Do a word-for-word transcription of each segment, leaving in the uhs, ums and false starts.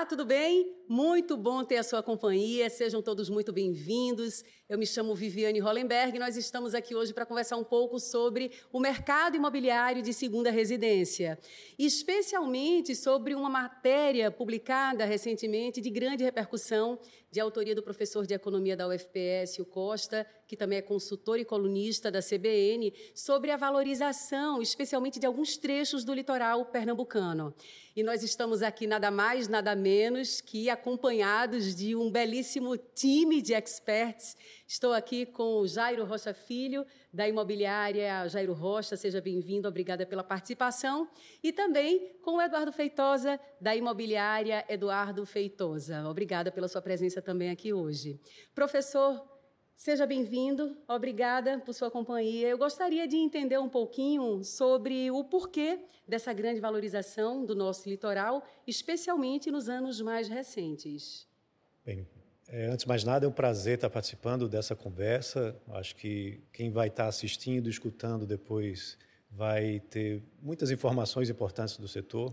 tudo bem? Muito bom ter a sua companhia, sejam todos muito bem-vindos. Eu me chamo Viviane Hollenberg e nós estamos aqui hoje para conversar um pouco sobre o mercado imobiliário de segunda residência, especialmente sobre uma matéria publicada recentemente de grande repercussão, de autoria do professor de Economia da U F P S, o Costa, que também é consultor e colunista da C B N, sobre a valorização, especialmente de alguns trechos do litoral pernambucano. E nós estamos aqui nada mais, nada menos que acompanhados de um belíssimo time de experts. Estou aqui com o Jairo Rocha Filho, da imobiliária Jairo Rocha. Seja bem-vindo, obrigada pela participação. E também com o Eduardo Feitosa, da imobiliária Eduardo Feitosa. Obrigada pela sua presença também aqui hoje. Professor, seja bem-vindo, obrigada por sua companhia. Eu gostaria de entender um pouquinho sobre o porquê dessa grande valorização do nosso litoral, especialmente nos anos mais recentes. Bem, é, antes de mais nada, é um prazer estar participando dessa conversa. Acho que quem vai estar assistindo, escutando depois, vai ter muitas informações importantes do setor.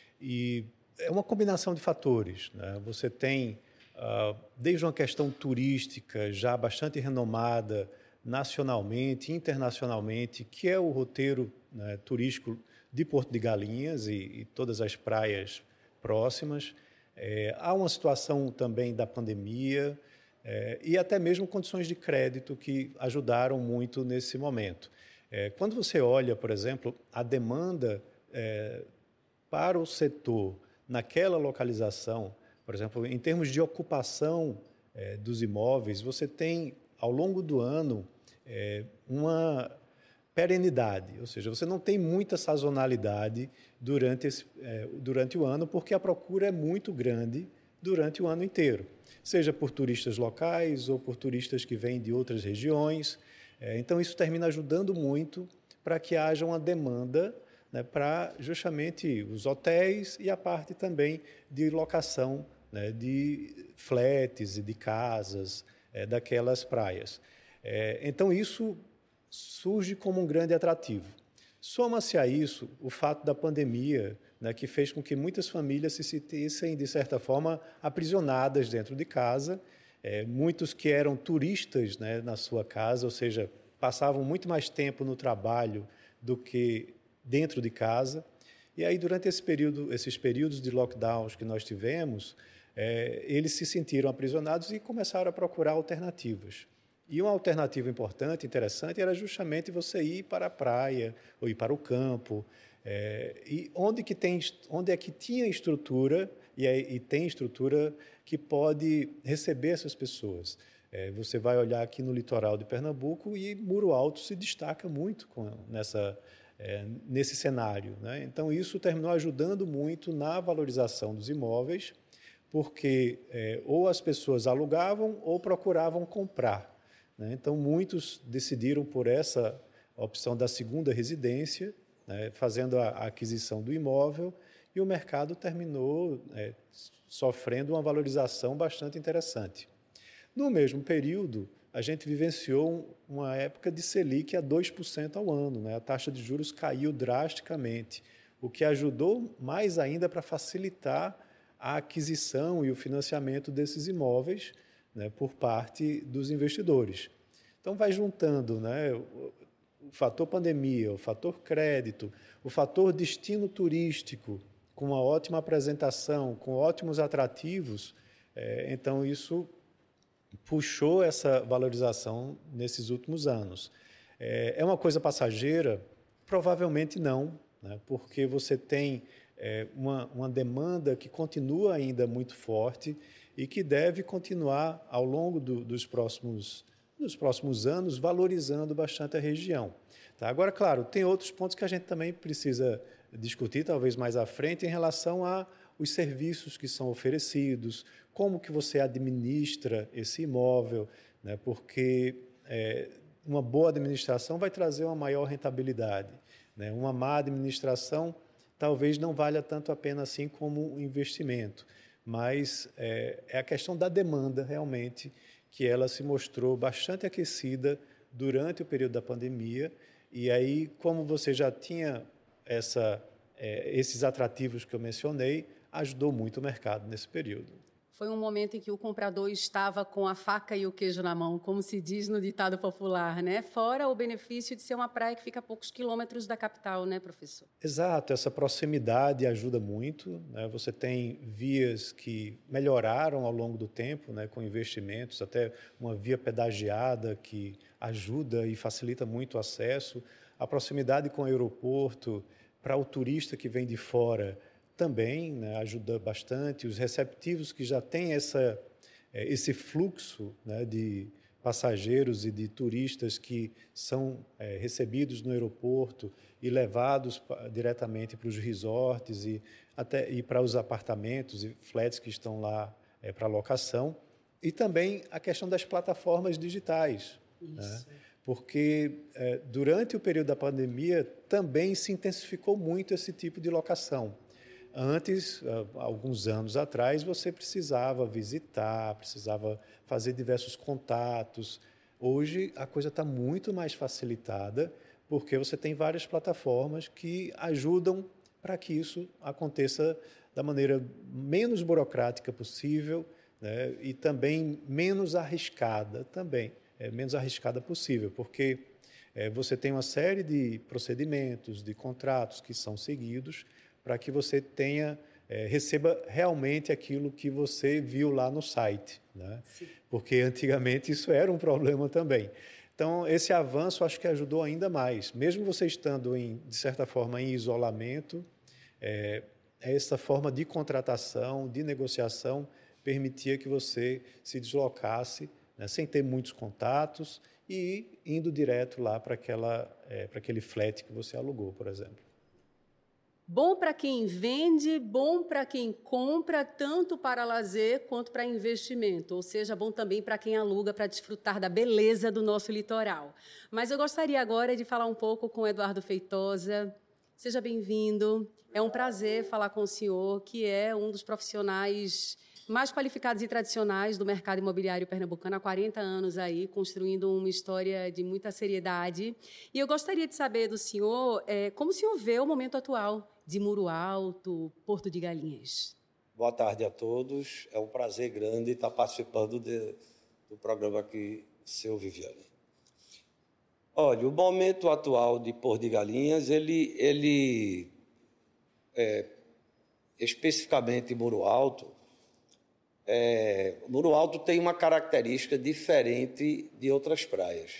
E é uma combinação de fatores, né? Você tem Uh, desde uma questão turística já bastante renomada nacionalmente, internacionalmente, que é o roteiro, né, turístico de Porto de Galinhas e, e todas as praias próximas. É, há uma situação também da pandemia é, e até mesmo condições de crédito que ajudaram muito nesse momento. É, quando você olha, por exemplo, a demanda é, para o setor naquela localização, por exemplo, em termos de ocupação é, dos imóveis, você tem, ao longo do ano, é, uma perenidade, ou seja, você não tem muita sazonalidade durante, esse, é, durante o ano, porque a procura é muito grande durante o ano inteiro, seja por turistas locais ou por turistas que vêm de outras regiões. É, então, isso termina ajudando muito para que haja uma demanda, né, para justamente os hotéis e a parte também de locação, né, de flats e de casas é, daquelas praias. É, então, isso surge como um grande atrativo. Soma-se a isso o fato da pandemia, né, que fez com que muitas famílias se sentissem, de certa forma, aprisionadas dentro de casa, é, muitos que eram turistas, né, na sua casa, ou seja, passavam muito mais tempo no trabalho do que dentro de casa. E aí, durante esse período, esses períodos de lockdowns que nós tivemos, é, eles se sentiram aprisionados e começaram a procurar alternativas. E uma alternativa importante, interessante, era justamente você ir para a praia ou ir para o campo. É, e onde, que tem, onde é que tinha estrutura, e, é, e tem estrutura que pode receber essas pessoas. É, você vai olhar aqui no litoral de Pernambuco e Muro Alto se destaca muito com, nessa É, nesse cenário, né? Então, isso terminou ajudando muito na valorização dos imóveis, porque é, ou as pessoas alugavam ou procuravam comprar, né? Então, muitos decidiram por essa opção da segunda residência, né, fazendo a, a aquisição do imóvel, e o mercado terminou é, sofrendo uma valorização bastante interessante. No mesmo período, a gente vivenciou uma época de Selic a dois por cento ao ano, né? A taxa de juros caiu drasticamente, o que ajudou mais ainda para facilitar a aquisição e o financiamento desses imóveis, né, por parte dos investidores. Então, vai juntando, né, o, o fator pandemia, o fator crédito, o fator destino turístico, com uma ótima apresentação, com ótimos atrativos, é, então isso puxou essa valorização nesses últimos anos. É uma coisa passageira? Provavelmente não, né? Porque você tem é, uma, uma demanda que continua ainda muito forte e que deve continuar ao longo do, dos, próximos, dos próximos anos valorizando bastante a região. Tá? Agora, claro, tem outros pontos que a gente também precisa discutir, talvez mais à frente, em relação a os serviços que são oferecidos, como que você administra esse imóvel, né? Porque é, uma boa administração vai trazer uma maior rentabilidade, né? Uma má administração talvez não valha tanto a pena assim como um investimento, mas é, é a questão da demanda realmente, que ela se mostrou bastante aquecida durante o período da pandemia, e aí, como você já tinha essa, é, esses atrativos que eu mencionei, ajudou muito o mercado nesse período. Foi um momento em que o comprador estava com a faca e o queijo na mão, como se diz no ditado popular, né? Fora o benefício de ser uma praia que fica a poucos quilômetros da capital, né, professor? Exato, essa proximidade ajuda muito, né? Você tem vias que melhoraram ao longo do tempo, né, com investimentos, até uma via pedagiada que ajuda e facilita muito o acesso. A proximidade com o aeroporto, para o turista que vem de fora, também, né, ajuda bastante. Os receptivos que já têm essa, esse fluxo, né, de passageiros e de turistas que são é, recebidos no aeroporto e levados pra, diretamente para os resorts e, até, e para os apartamentos e flats que estão lá é, para locação. E também a questão das plataformas digitais. Isso. Né? Porque é, durante o período da pandemia também se intensificou muito esse tipo de locação. Antes, alguns anos atrás, você precisava visitar, precisava fazer diversos contatos. Hoje, a coisa está muito mais facilitada, porque você tem várias plataformas que ajudam para que isso aconteça da maneira menos burocrática possível, né, e também menos arriscada, também, é, menos arriscada possível, porque é, você tem uma série de procedimentos, de contratos que são seguidos, para que você tenha, é, receba realmente aquilo que você viu lá no site, né? Porque antigamente isso era um problema também. Então, esse avanço acho que ajudou ainda mais. Mesmo você estando, em, de certa forma, em isolamento, é, essa forma de contratação, de negociação, permitia que você se deslocasse, né, sem ter muitos contatos e indo direto lá para aquela, é, para aquele flat que você alugou, por exemplo. Bom para quem vende, bom para quem compra, tanto para lazer quanto para investimento, ou seja, bom também para quem aluga para desfrutar da beleza do nosso litoral. Mas eu gostaria agora de falar um pouco com o Eduardo Feitosa. Seja bem-vindo. É um prazer falar com o senhor, que é um dos profissionais mais qualificados e tradicionais do mercado imobiliário pernambucano, há quarenta anos aí, construindo uma história de muita seriedade. E eu gostaria de saber do senhor é, como o senhor vê o momento atual de Muro Alto, Porto de Galinhas. Boa tarde a todos. É um prazer grande estar participando de, do programa aqui, seu Viviane. Olha, o momento atual de Porto de Galinhas, ele, ele é, especificamente Muro Alto, é, Muro Alto tem uma característica diferente de outras praias,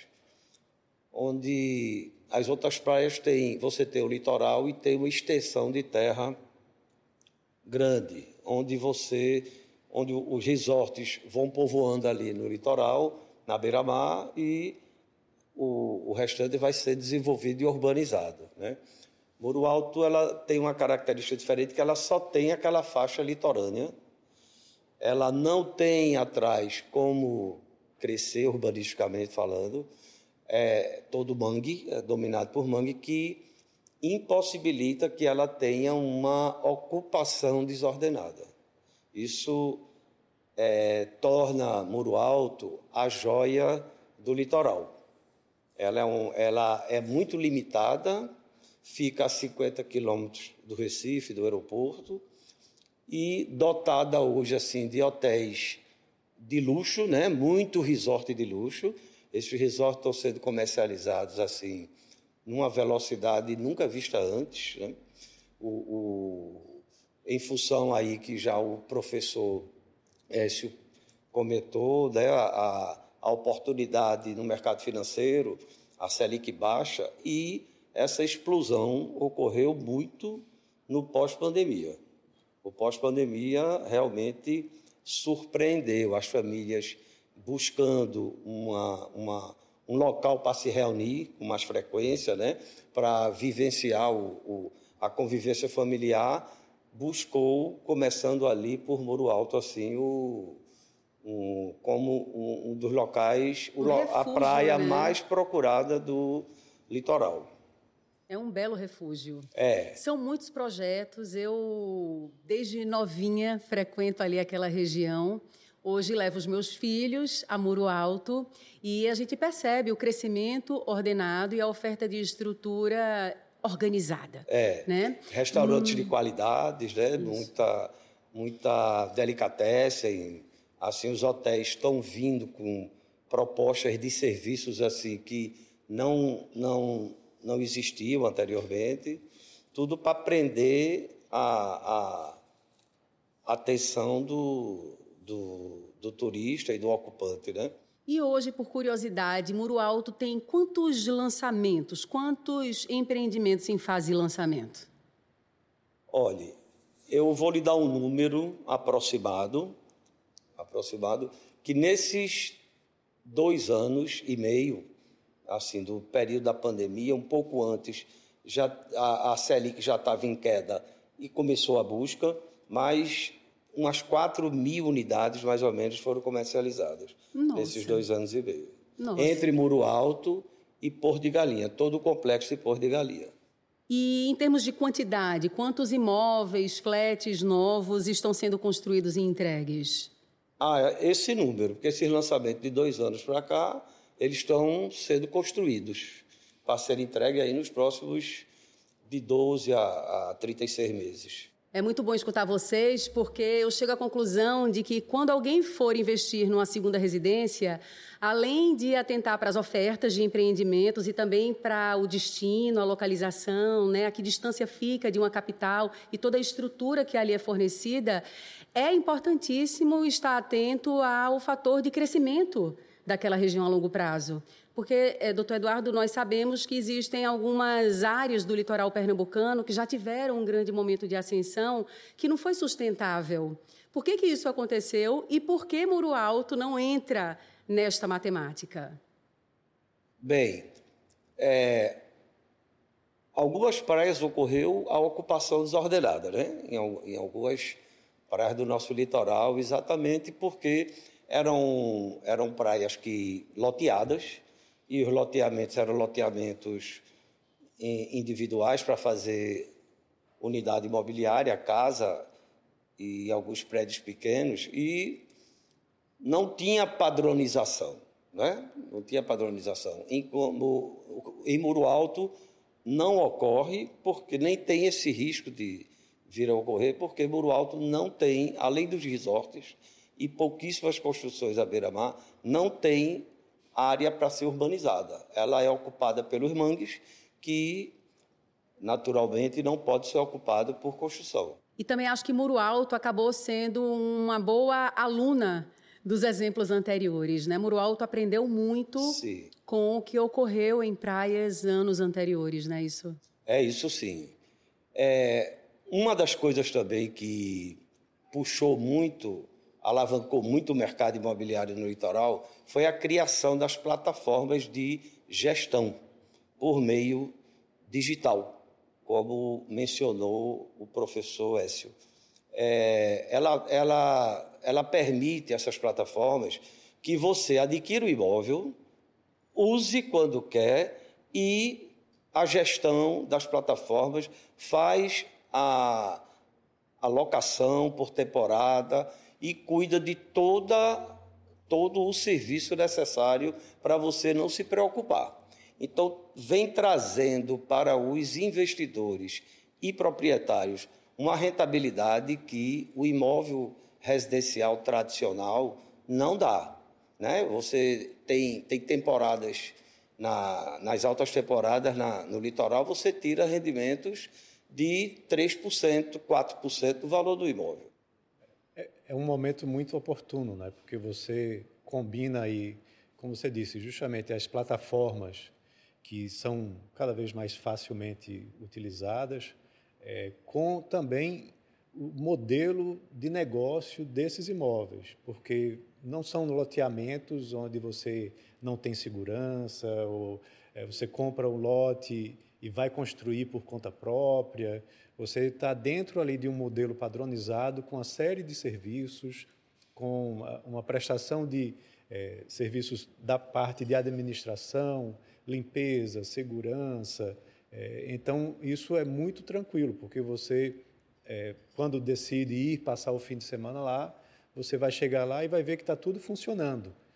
onde as outras praias têm, você tem o litoral e tem uma extensão de terra grande, onde você, onde os resorts vão povoando ali no litoral, na beira-mar, e o, o restante vai ser desenvolvido e urbanizado, né? Muro Alto, ela tem uma característica diferente, que ela só tem aquela faixa litorânea. Ela não tem atrás como crescer urbanisticamente falando. É todo mangue, é dominado por mangue, que impossibilita que ela tenha uma ocupação desordenada. Isso é, torna Muro Alto a joia do litoral. Ela é, um, ela é muito limitada, fica a cinquenta quilômetros do Recife, do aeroporto, e dotada hoje assim, de hotéis de luxo, né? Muito resort de luxo. Esses resorts estão sendo comercializados assim, numa velocidade nunca vista antes, né? O, o, em função aí que já o professor Écio comentou, né? a, a oportunidade no mercado financeiro, a Selic baixa, e essa explosão ocorreu muito no pós-pandemia. O pós-pandemia realmente surpreendeu as famílias buscando uma, uma, um local para se reunir com mais frequência, né? Para vivenciar o, o, a convivência familiar, buscou, começando ali por Muro Alto, assim, o, um, como um, um dos locais, o, refúgio, a praia, né? Mais procurada do litoral. É um belo refúgio. É. São muitos projetos. Eu, desde novinha, frequento ali aquela região. Hoje levo os meus filhos a Muro Alto e a gente percebe o crescimento ordenado e a oferta de estrutura organizada. É. Né? Restaurantes hum. de qualidades, né? Muita, muita delicatessen. Assim, os hotéis estão vindo com propostas de serviços assim que não, não, não existiam anteriormente, tudo para prender a, a atenção do, do, do turista e do ocupante, né? E hoje, por curiosidade, Muro Alto tem quantos lançamentos, quantos empreendimentos em fase de lançamento? Olhe, eu vou lhe dar um número aproximado, aproximado, que nesses dois anos e meio, assim, do período da pandemia, um pouco antes, já, a, a Selic já estava em queda e começou a busca, mas umas quatro mil unidades, mais ou menos, foram comercializadas. Nossa. Nesses dois anos e meio. Nossa. Entre Muro Alto e Porto de Galinha, todo o complexo de Porto de Galinha. E em termos de quantidade, quantos imóveis, flats novos estão sendo construídos e entregues? Ah, esse número, porque esses lançamentos de dois anos para cá, eles estão sendo construídos para serem entregues aí nos próximos de doze a trinta e seis meses. É muito bom escutar vocês, porque eu chego à conclusão de que quando alguém for investir numa segunda residência, além de atentar para as ofertas de empreendimentos e também para o destino, a localização, né, a que distância fica de uma capital e toda a estrutura que ali é fornecida, é importantíssimo estar atento ao fator de crescimento daquela região a longo prazo. Porque, é, doutor Eduardo, nós sabemos que existem algumas áreas do litoral pernambucano que já tiveram um grande momento de ascensão que não foi sustentável. Por que que isso aconteceu e por que Muro Alto não entra nesta matemática? Bem, é, algumas praias ocorreu a ocupação desordenada, né? Em, em algumas praias do nosso litoral, exatamente porque eram, eram praias que loteadas, e os loteamentos eram loteamentos individuais para fazer unidade imobiliária, casa e alguns prédios pequenos, e não tinha padronização, né? Não tinha padronização. Em, como, em Muro Alto não ocorre, porque nem tem esse risco de vir a ocorrer, porque Muro Alto não tem, além dos resorts e pouquíssimas construções à beira-mar, não tem área para ser urbanizada. Ela é ocupada pelos mangues, que naturalmente não pode ser ocupado por construção. E também acho que Muro Alto acabou sendo uma boa aluna dos exemplos anteriores, né? Muro Alto aprendeu muito sim. com o que ocorreu em praias anos anteriores, não é isso? É isso sim. É, uma das coisas também que puxou muito, alavancou muito o mercado imobiliário no litoral, foi a criação das plataformas de gestão por meio digital, como mencionou o professor Écio. É, ela, ela, ela permite, essas plataformas, que você adquira o imóvel, use quando quer e a gestão das plataformas faz a, a locação por temporada e cuida de toda, todo o serviço necessário para você não se preocupar. Então, vem trazendo para os investidores e proprietários uma rentabilidade que o imóvel residencial tradicional não dá, né? Você tem, tem temporadas, na, nas altas temporadas na, no litoral, você tira rendimentos de três por cento, quatro por cento do valor do imóvel. É, é um momento muito oportuno, né? Porque você combina aí, como você disse, justamente as plataformas que são cada vez mais facilmente utilizadas, é, com também o modelo de negócio desses imóveis, porque não são loteamentos onde você não tem segurança, ou é, você compra um lote e vai construir por conta própria. Você está dentro ali de um modelo padronizado com uma série de serviços, com uma, uma prestação de é, serviços da parte de administração, limpeza, segurança. É, então, isso é muito tranquilo, porque você, é, quando decide ir passar o fim de semana lá, você vai chegar lá e vai ver que está tudo funcionando.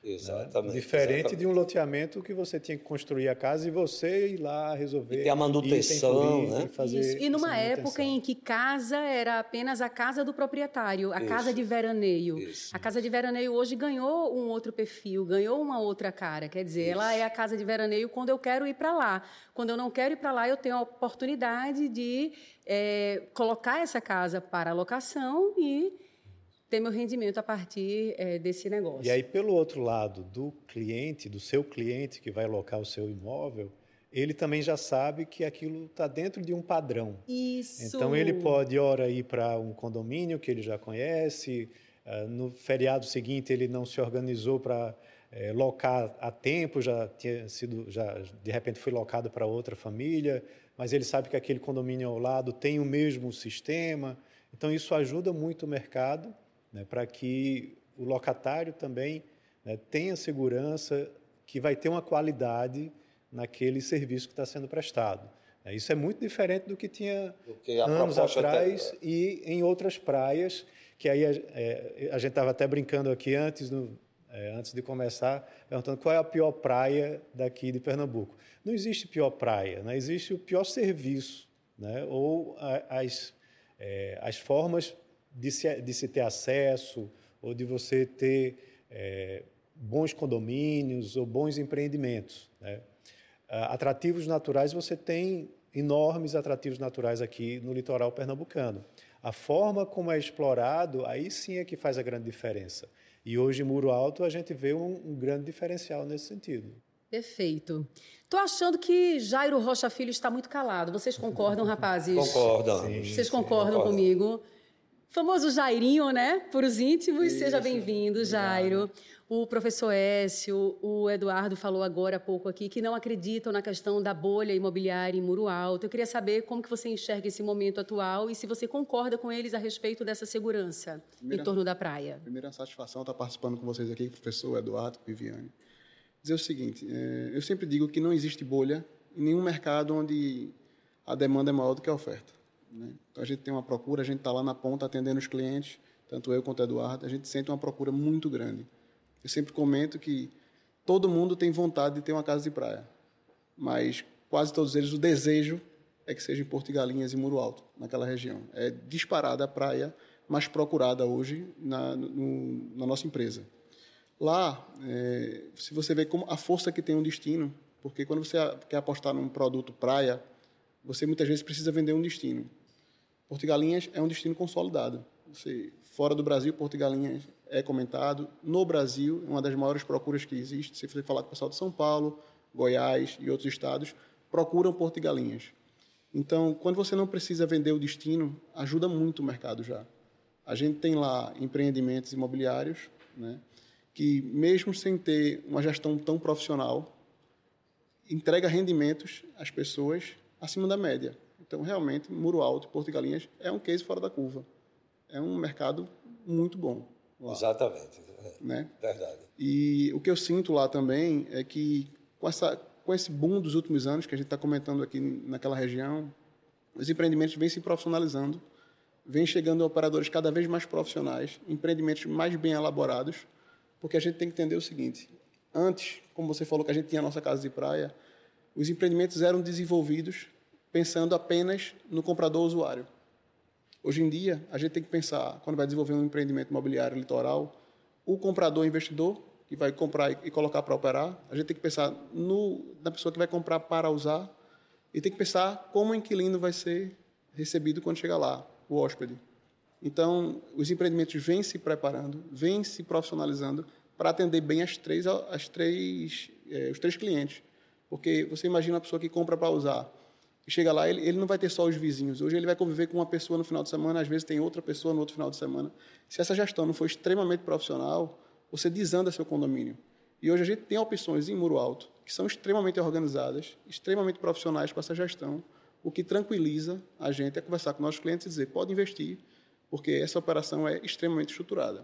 Exatamente. Né? Diferente exatamente. de um loteamento que você tinha que construir a casa e você ir lá resolver. E ter a manutenção, item, né? E, fazer e numa época em que casa era apenas a casa do proprietário, a Isso. casa de veraneio. Isso. A casa de veraneio hoje ganhou um outro perfil, ganhou uma outra cara. Quer dizer, Isso. ela é a casa de veraneio quando eu quero ir para lá. Quando eu não quero ir para lá, eu tenho a oportunidade de é, colocar essa casa para locação e ter meu rendimento a partir é, desse negócio. E aí, pelo outro lado, do cliente, do seu cliente que vai alocar o seu imóvel, ele também já sabe que aquilo está dentro de um padrão. Isso. Então, ele pode, ora, ir para um condomínio que ele já conhece, uh, no feriado seguinte ele não se organizou para é, locar a tempo, já tinha sido, já de repente foi locado para outra família, mas ele sabe que aquele condomínio ao lado tem o mesmo sistema. Então, isso ajuda muito o mercado, né, para que o locatário também, né, tenha segurança que vai ter uma qualidade naquele serviço que está sendo prestado. Isso é muito diferente do que tinha do que anos atrás até... e em outras praias, que aí a, é, a gente estava até brincando aqui antes, no, é, antes de começar, perguntando qual é a pior praia daqui de Pernambuco. Não existe pior praia, né? Existe o pior serviço, né? Ou a, as, é, as formas de se, de se ter acesso, ou de você ter é, bons condomínios ou bons empreendimentos, né? Atrativos naturais, você tem enormes atrativos naturais aqui no litoral pernambucano. A forma como é explorado, aí sim é que faz a grande diferença. E hoje, em Muro Alto, a gente vê um, um grande diferencial nesse sentido. Perfeito. Estou achando que Jairo Rocha Filho está muito calado. Vocês concordam, rapazes? Concordam. Sim, Vocês concordam sim, comigo? Famoso Jairinho, né? Por os íntimos. Isso. Seja bem-vindo, Jairo. O professor Écio, o Eduardo falou agora há pouco aqui que não acreditam na questão da bolha imobiliária em Muro Alto. Eu queria saber como que você enxerga esse momento atual e se você concorda com eles a respeito dessa segurança primeira, em torno da praia. Primeira satisfação estar participando com vocês aqui, professor Eduardo, Viviane. Dizer o seguinte, é, eu sempre digo que não existe bolha em nenhum mercado onde a demanda é maior do que a oferta, né? Então, a gente tem uma procura, a gente está lá na ponta atendendo os clientes, tanto eu quanto o Eduardo, a gente sente uma procura muito grande. Eu sempre comento que todo mundo tem vontade de ter uma casa de praia, mas quase todos eles, o desejo é que seja em Porto de Galinhas e Muro Alto, naquela região. É disparada a praia mais procurada hoje na, no, na nossa empresa. Lá, é, se você vê como a força que tem um destino, porque quando você quer apostar num produto praia, você muitas vezes precisa vender um destino. Porto de Galinhas é um destino consolidado. Você, fora do Brasil, Porto de Galinhas é comentado. No Brasil, é uma das maiores procuras que existe. Se você falar com o pessoal de São Paulo, Goiás e outros estados, procuram Porto de Galinhas. Então, quando você não precisa vender o destino, ajuda muito o mercado já. A gente tem lá empreendimentos imobiliários, né, que, mesmo sem ter uma gestão tão profissional, entrega rendimentos às pessoas acima da média. Então, realmente, Muro Alto e Porto de Galinhas é um case fora da curva. É um mercado muito bom. Lá. Exatamente. Né? Verdade. E o que eu sinto lá também é que, com, essa, com esse boom dos últimos anos, que a gente está comentando aqui naquela região, os empreendimentos vêm se profissionalizando, vêm chegando a operadores cada vez mais profissionais, empreendimentos mais bem elaborados, porque a gente tem que entender o seguinte: antes, como você falou que a gente tinha a nossa casa de praia, os empreendimentos eram desenvolvidos pensando apenas no comprador-usuário. Hoje em dia, a gente tem que pensar, quando vai desenvolver um empreendimento imobiliário litoral, o comprador-investidor, que vai comprar e colocar para operar, a gente tem que pensar no, na pessoa que vai comprar para usar, e tem que pensar como o inquilino vai ser recebido quando chegar lá, o hóspede. Então, os empreendimentos vêm se preparando, vêm se profissionalizando para atender bem as três, as três, eh, os três clientes. Porque você imagina uma pessoa que compra para usar, e chega lá, ele, ele não vai ter só os vizinhos. Hoje ele vai conviver com uma pessoa no final de semana, às vezes tem outra pessoa no outro final de semana. Se essa gestão não for extremamente profissional, você desanda seu condomínio. E hoje a gente tem opções em Muro Alto que são extremamente organizadas, extremamente profissionais com essa gestão, o que tranquiliza a gente a conversar com nossos clientes e dizer, pode investir, porque essa operação é extremamente estruturada.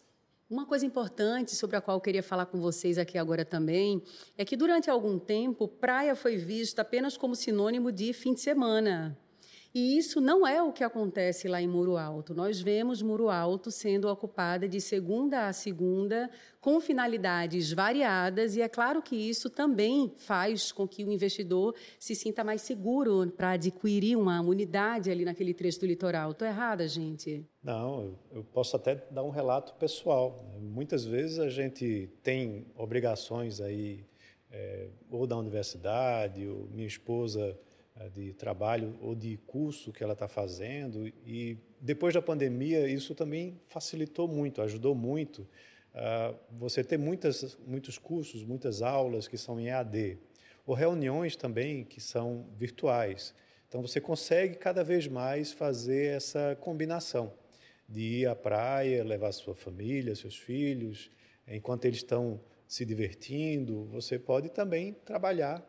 Uma coisa importante sobre a qual eu queria falar com vocês aqui agora também é que, durante algum tempo, praia foi vista apenas como sinônimo de fim de semana. E isso não é o que acontece lá em Muro Alto. Nós vemos Muro Alto sendo ocupada de segunda a segunda, com finalidades variadas, e é claro que isso também faz com que o investidor se sinta mais seguro para adquirir uma unidade ali naquele trecho do litoral. Estou errada, gente? Não, eu posso até dar um relato pessoal. Muitas vezes a gente tem obrigações aí, é, ou da universidade, ou minha esposa de trabalho ou de curso que ela está fazendo, e depois da pandemia isso também facilitou muito, ajudou muito uh, você ter muitas, muitos cursos, muitas aulas que são em E A D, ou reuniões também que são virtuais. Então você consegue cada vez mais fazer essa combinação de ir à praia, levar sua família, seus filhos, enquanto eles estão se divertindo, você pode também trabalhar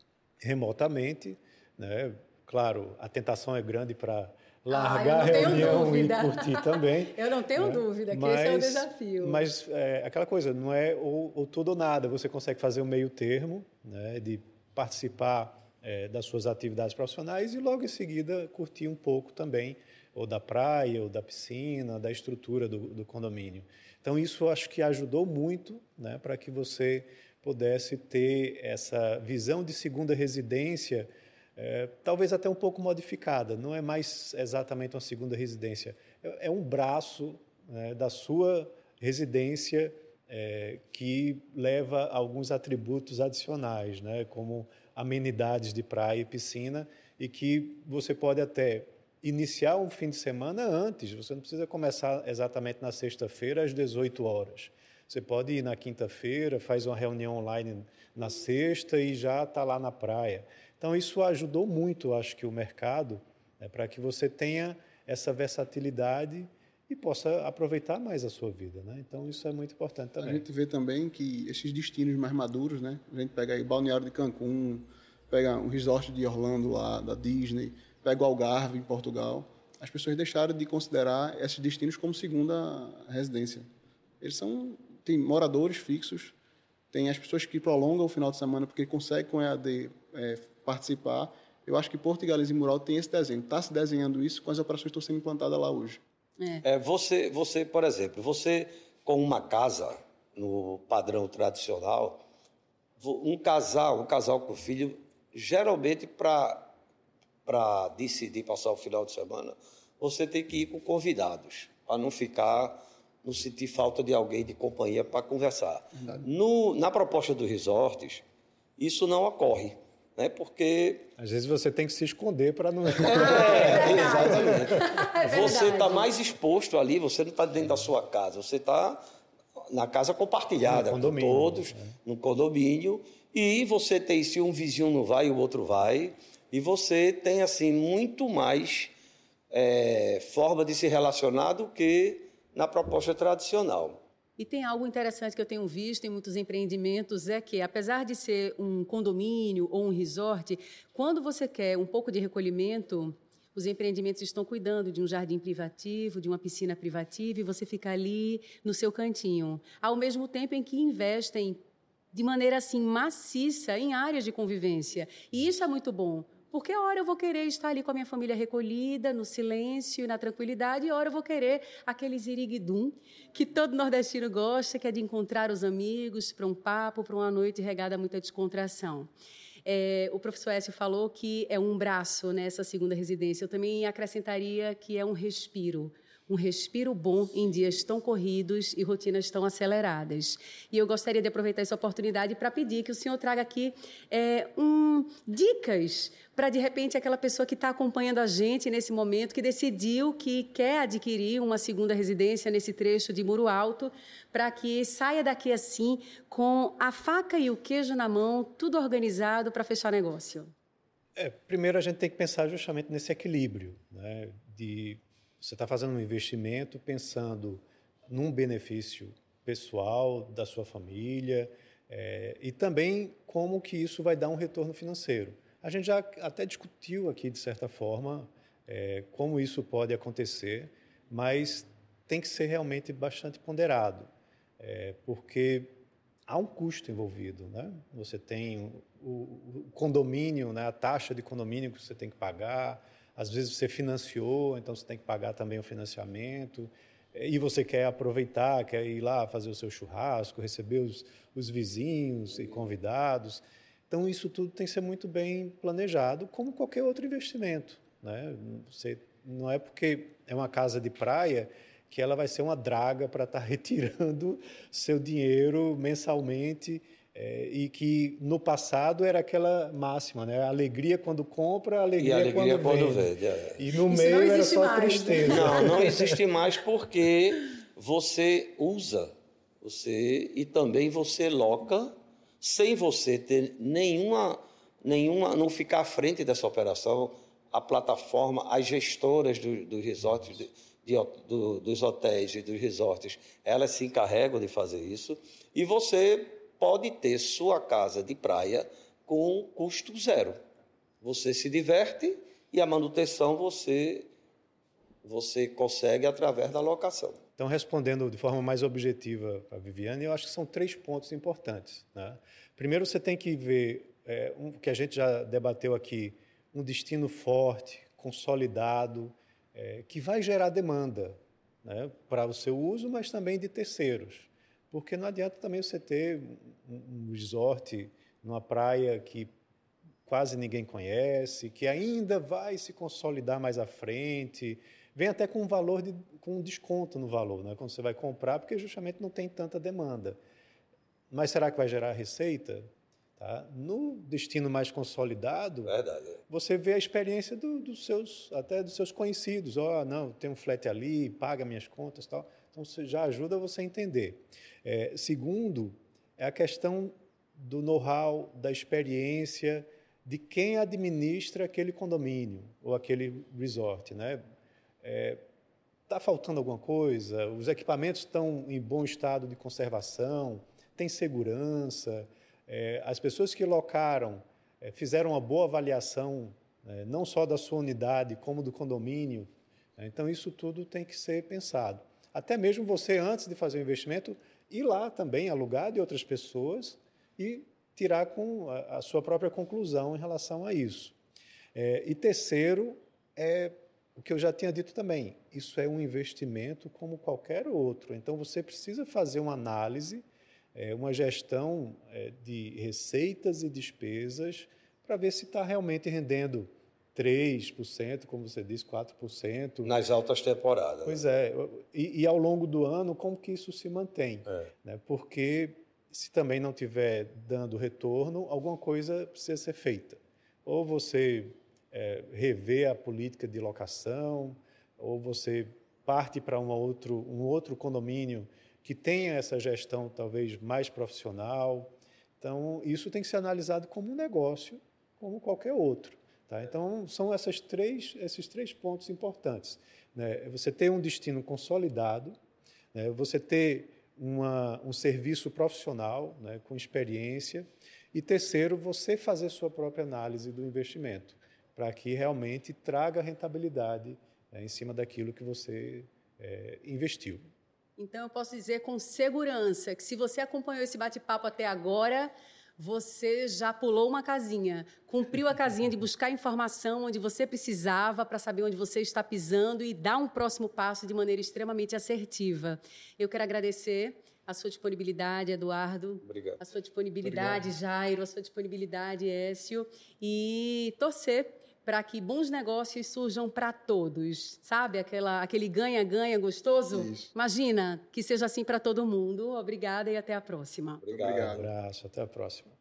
remotamente, né? Claro, a tentação é grande para largar ah, a reunião e curtir também. Eu não tenho né? dúvida que mas, esse é o desafio. Mas é, aquela coisa, não é ou, ou tudo ou nada. Você consegue fazer um meio termo, né, de participar é, das suas atividades profissionais e logo em seguida curtir um pouco também, ou da praia, ou da piscina, da estrutura do, do condomínio. Então isso eu acho que ajudou muito, né, para que você pudesse ter essa visão de segunda residência, É, talvez até um pouco modificada, não é mais exatamente uma segunda residência, é, é um braço, né, da sua residência é, que leva alguns atributos adicionais, né, como amenidades de praia e piscina, e que você pode até iniciar um fim de semana antes, você não precisa começar exatamente na sexta-feira às dezoito horas. Você pode ir na quinta-feira, faz uma reunião online na sexta e já está lá na praia. Então, isso ajudou muito, acho que, o mercado, né, para que você tenha essa versatilidade e possa aproveitar mais a sua vida, né? Então, isso é muito importante também. A gente vê também que esses destinos mais maduros, né? A gente pega aí Balneário de Cancún, pega um resort de Orlando lá, da Disney, pega o Algarve, em Portugal. As pessoas deixaram de considerar esses destinos como segunda residência. Eles são, tem moradores fixos, tem as pessoas que prolongam o final de semana porque conseguem com E A D é, participar. Eu acho que Porto de Galinhas e Muro Alto tem esse desenho. Está se desenhando isso com as operações que estão sendo implantadas lá hoje. É. É, você, você, por exemplo, você com uma casa no padrão tradicional, um casal, um casal com filho, geralmente para para decidir passar o final de semana, você tem que ir com convidados, para não ficar, não sentir falta de alguém de companhia para conversar. No, na proposta dos resorts, isso não ocorre, né? Porque... Às vezes você tem que se esconder para não... É, exatamente. É você está mais exposto ali, você não está dentro da sua casa, você está na casa compartilhada com todos, né? No condomínio, e você tem, se um vizinho não vai, o outro vai, e você tem, assim, muito mais é, forma de se relacionar do que na proposta tradicional. E tem algo interessante que eu tenho visto em muitos empreendimentos, é que, apesar de ser um condomínio ou um resort, quando você quer um pouco de recolhimento, os empreendimentos estão cuidando de um jardim privativo, de uma piscina privativa, e você fica ali no seu cantinho. Ao mesmo tempo em que investem de maneira assim maciça em áreas de convivência. E isso é muito bom. Porque a hora eu vou querer estar ali com a minha família recolhida, no silêncio e na tranquilidade, e a hora eu vou querer aquele ziriguidum que todo nordestino gosta, que é de encontrar os amigos para um papo, para uma noite regada a muita descontração. É, o professor Écio falou que é um braço nessa segunda residência. Eu também acrescentaria que é um respiro. Um respiro bom em dias tão corridos e rotinas tão aceleradas. E eu gostaria de aproveitar essa oportunidade para pedir que o senhor traga aqui é, um, dicas para, de repente, aquela pessoa que está acompanhando a gente nesse momento, que decidiu que quer adquirir uma segunda residência nesse trecho de Muro Alto, para que saia daqui assim, com a faca e o queijo na mão, tudo organizado para fechar negócio. É, primeiro, a gente tem que pensar justamente nesse equilíbrio, né, de... Você está fazendo um investimento pensando num benefício pessoal da sua família é, e também como que isso vai dar um retorno financeiro. A gente já até discutiu aqui, de certa forma, é, como isso pode acontecer, mas tem que ser realmente bastante ponderado, é, porque há um custo envolvido, né? Você tem o, o condomínio, né, a taxa de condomínio que você tem que pagar, às vezes você financiou, então você tem que pagar também o financiamento, e você quer aproveitar, quer ir lá fazer o seu churrasco, receber os, os vizinhos e convidados. Então, isso tudo tem que ser muito bem planejado, como qualquer outro investimento, né? Você, não é porque é uma casa de praia que ela vai ser uma draga para estar retirando seu dinheiro mensalmente, é, e que no passado era aquela máxima, né? Alegria quando compra, alegria, e alegria quando, quando vende. vende. É. E no Isso meio era só mais, tristeza. né? Não, não existe mais porque você usa, você e também você loca, sem você ter nenhuma, nenhuma, não ficar à frente dessa operação, a plataforma, as gestoras do, dos resorts, de, de, do, dos hotéis e dos resorts, elas se encarregam de fazer isso, e você pode ter sua casa de praia com custo zero. Você se diverte e a manutenção você, você consegue através da locação. Então, respondendo de forma mais objetiva para a Viviane, eu acho que são três pontos importantes, né? Primeiro, você tem que ver, é, um, que a gente já debateu aqui, um destino forte, consolidado, é, que vai gerar demanda, né, para o seu uso, mas também de terceiros. Porque não adianta também você ter um, um resort numa praia que quase ninguém conhece, que ainda vai se consolidar mais à frente, vem até com um valor de, com um desconto no valor, né, quando você vai comprar, porque justamente não tem tanta demanda. Mas será que vai gerar receita? Tá? No destino mais consolidado, Verdade. você vê a experiência do, dos seus, até dos seus conhecidos. Ó, oh, não, tem um flat ali, paga minhas contas e tal. Então, isso já ajuda você a entender. É, segundo, é a questão do know-how, da experiência, de quem administra aquele condomínio ou aquele resort, né? É, está faltando alguma coisa? Os equipamentos estão em bom estado de conservação? Tem segurança? É, as pessoas que locaram é, fizeram uma boa avaliação, é, não só da sua unidade, como do condomínio. É, então, isso tudo tem que ser pensado. Até mesmo você, antes de fazer o investimento, ir lá também, alugar de outras pessoas e tirar com a, a sua própria conclusão em relação a isso. É, e terceiro, é o que eu já tinha dito também, isso é um investimento como qualquer outro. Então, você precisa fazer uma análise, é, uma gestão é, de receitas e despesas para ver se está realmente rendendo três por cento, como você disse, quatro por cento. Nas altas temporadas. Pois é, e, e ao longo do ano, como que isso se mantém? É. Né? Porque se também não estiver dando retorno, alguma coisa precisa ser feita. Ou você é, revê a política de locação, ou você parte para um outro, um outro condomínio que tenha essa gestão talvez mais profissional. Então, isso tem que ser analisado como um negócio, como qualquer outro. Tá? Então, são essas três, esses três pontos importantes, né? Você ter um destino consolidado, né? Você ter uma, um serviço profissional, né? Com experiência, e terceiro, você fazer sua própria análise do investimento, para que realmente traga rentabilidade, né? Em cima daquilo que você é, investiu. Então, eu posso dizer com segurança que se você acompanhou esse bate-papo até agora, você já pulou uma casinha, cumpriu a casinha de buscar informação onde você precisava para saber onde você está pisando e dar um próximo passo de maneira extremamente assertiva. Eu quero agradecer a sua disponibilidade, Eduardo. Obrigado. A sua disponibilidade, Obrigado. Jairo, a sua disponibilidade, Écio, e torcer para que bons negócios surjam para todos, sabe? Aquela, aquele ganha-ganha gostoso. Isso. Imagina que seja assim para todo mundo. Obrigada e até a próxima. Obrigado. Um abraço, até a próxima.